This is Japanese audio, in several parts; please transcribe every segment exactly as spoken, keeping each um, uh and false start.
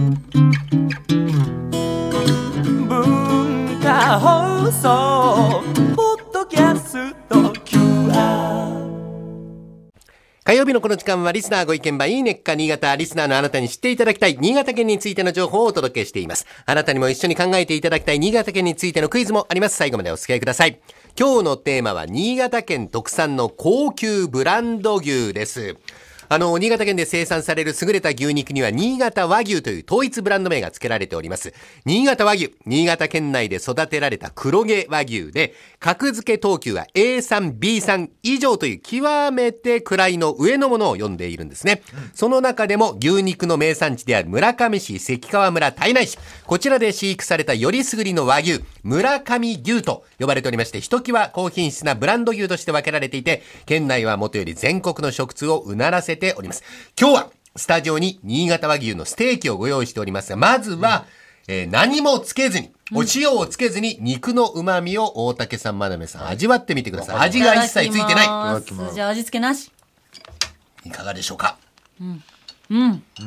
文化放送ポッドキャスト キューアール。 火曜日のこの時間はリスナーご意見番いいねっか新潟、リスナーのあなたに知っていただきたい新潟県についての情報をお届けしています。あなたにも一緒に考えていただきたい新潟県についてのクイズもあります。最後までお付き合いください。今日のテーマは新潟県特産の高級ブランド牛です。あの、新潟県で生産される優れた牛肉には新潟和牛という統一ブランド名が付けられております。新潟和牛、新潟県内で育てられた黒毛和牛で、格付け等級は エーさん、ビーさん 以上という極めて位の上のものを呼んでいるんですね。うん、その中でも牛肉の名産地である村上市関川村胎内市、こちらで飼育されたよりすぐりの和牛、村上牛と呼ばれておりまして、ひときわ高品質なブランド牛として分けられていて、県内はもとより全国の食通をうならせております。今日はスタジオに新潟和牛のステーキをご用意しておりますが、まずは、うんえー、何もつけずに、お塩をつけずに肉の旨味を大竹さん、真鍋さん味わってみてください。味が一切ついてない。いただきます。 じゃあ味付けなし。 いかがでしょうか。 うんうんうん、うん、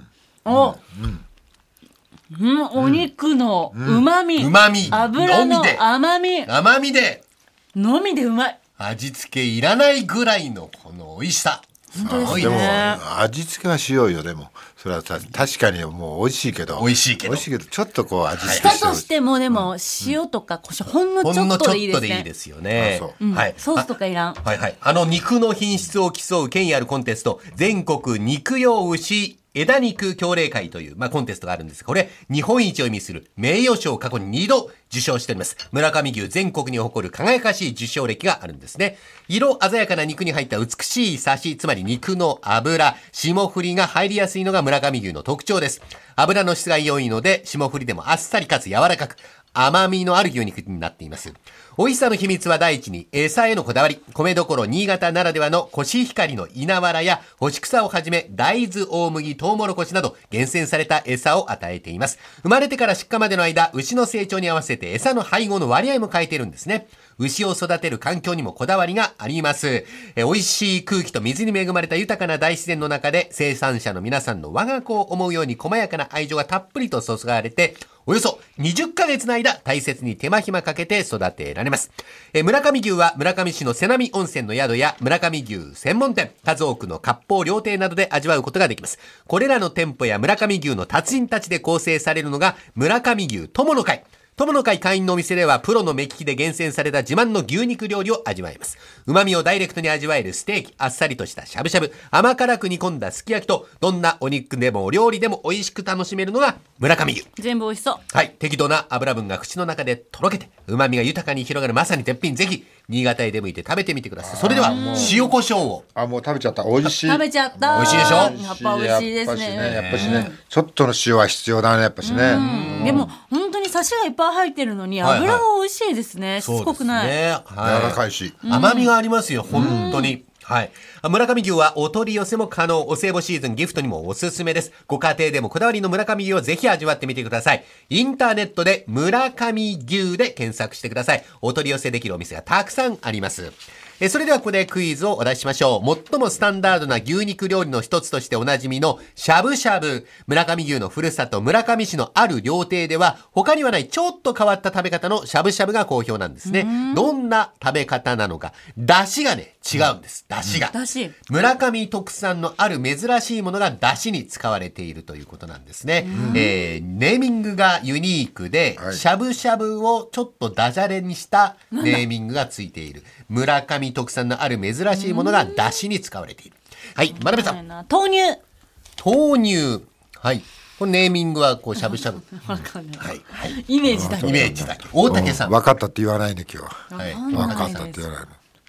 お、うんうん、お肉の旨味、 うまみ、 油の甘み、 甘みでのみでうまい。 味付けいらないぐらいのこの美味しさ。 本当ですね。 でも味付けはしようよ。でもそれは確かにもう美味しいけど美味しいけど美味しいけどちょっとこう味付けしたとしてもでも塩とか胡椒ほんのちょっとでいいですね。ほんのちょっとでいいですよね。 うん、はい。ソースとかいらん。 はいはい。あの肉の品質を競う権威あるコンテスト、全国肉用牛枝肉協励会という、まあ、コンテストがあるんですが、これ日本一を意味する名誉賞を過去ににど受賞しております。村上牛全国に誇る輝かしい受賞歴があるんですね。色鮮やかな肉に入った美しいサシ、つまり肉の脂、霜降りが入りやすいのが村上牛の特徴です。脂の質が良いので霜降りでもあっさりかつ柔らかく甘みのある牛肉になっています。美味しさの秘密は第一に餌へのこだわり。米どころ新潟ならではのコシヒカリの稲わらや干し草をはじめ大豆、大麦、トウモロコシなど厳選された餌を与えています。生まれてから出荷までの間、牛の成長に合わせて餌の配合の割合も変えているんですね。牛を育てる環境にもこだわりがあります。え美味しい空気と水に恵まれた豊かな大自然の中で生産者の皆さんの我が子を思うように細やかな愛情がたっぷりと注がれて、およそにじゅっかげつの間大切に手間暇かけて育てられます。え村上牛は村上市の瀬波温泉の宿や村上牛専門店、数多くの割烹料亭などで味わうことができます。これらの店舗や村上牛の達人たちで構成されるのが村上牛友の会。友の会会員のお店ではプロの目利きで厳選された自慢の牛肉料理を味わえます。旨味をダイレクトに味わえるステーキ、あっさりとしたしゃぶしゃぶ、甘辛く煮込んだすき焼きと、どんなお肉でもお料理でも美味しく楽しめるのが村上牛。 全部美味しそう。 はい、適度な油分が口の中でとろけて旨味が豊かに広がるまさに絶品。ぜひ新潟へ出向いて食べてみてください。それでは塩コショウを。 あ、もう食べちゃった。美味しい。 食べちゃった。 美味しいでしょ。 やっぱ美味しいですね。 やっぱしね、やっぱしね、ちょっとの塩は必要だね、やっぱしね。 でも本当にサシがいっぱい入ってるのに油が美味しいですね。しつこくない。 ね、はい、 柔らかいし、 甘みがありますよ、本当に。はい。村上牛はお取り寄せも可能。お歳暮シーズンギフトにもおすすめです。ご家庭でもこだわりの村上牛をぜひ味わってみてください。インターネットで村上牛で検索してください。お取り寄せできるお店がたくさんあります。えそれではここでクイズをお出ししましょう。最もスタンダードな牛肉料理の一つとしておなじみのしゃぶしゃぶ。村上牛のふるさと村上市のある料亭では他にはないちょっと変わった食べ方のしゃぶしゃぶが好評なんですね。どんな食べ方なのか。出汁がね違うんです。出汁が、 出汁。 村上特産のある珍しいものが出汁に使われているということなんですね。えー、ネーミングがユニークで、はい、しゃぶしゃぶをちょっとダジャレにしたネーミングがついている。村上特産のある珍しいものが出汁に使われている。はい、真鍋さん。 豆乳。 豆乳。はい。これネーミングはこうしゃぶしゃぶ。 わかんない。 はいはい。 イメージだけ。 イメージだけ。大竹さん。 分かったって言わないね今日は。 はい。 分かったって言わないの。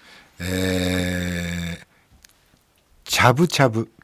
えー、ちゃぶちゃぶ。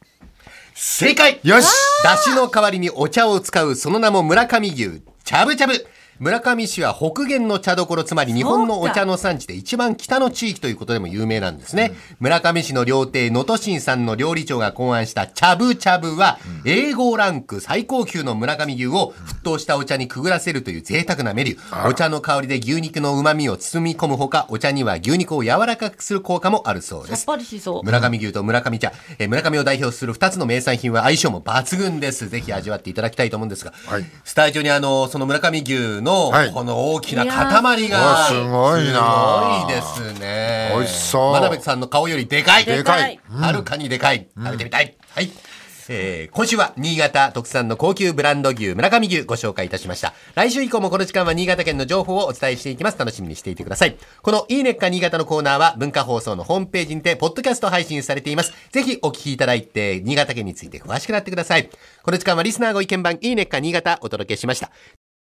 正解。 よし。 出汁の代わりにお茶を使うその名も村上牛。ちゃぶちゃぶ。 村上市は北限の茶どころ、つまり日本のお茶の産地で一番北の地域ということでも有名なんですね。うん、村上市の料亭能登新さんの料理長が考案した茶ぶ茶ぶは、うん、エーごランク最高級の村上牛を沸騰したお茶にくぐらせるという贅沢なメニュー。お茶の香りで牛肉の旨味を包み込むほか、お茶には牛肉を柔らかくする効果もあるそうです。 さっぱりしそう。 村上牛と村上茶、え村上を代表するふたつの名産品は相性も抜群です。ぜひ味わっていただきたいと思うんですが、はい、スタジオにあのその村上牛のこの大きな塊が、 はい、すごいな、 すごいですね。 美味しそう。 真鍋さんの顔よりでかい、 でかい、 はるかにでかい、食べてみたい、うん、はい。えー、今週は新潟特産の高級ブランド牛村上牛ご紹介いたしました。来週以降もこの時間は新潟県の情報をお伝えしていきます。楽しみにしていてください。このいいねっか新潟のコーナーは文化放送のホームページにてポッドキャスト配信されています。ぜひお聞きいただいて新潟県について詳しくなってください。この時間はリスナーご意見番いいねっか新潟お届けしました。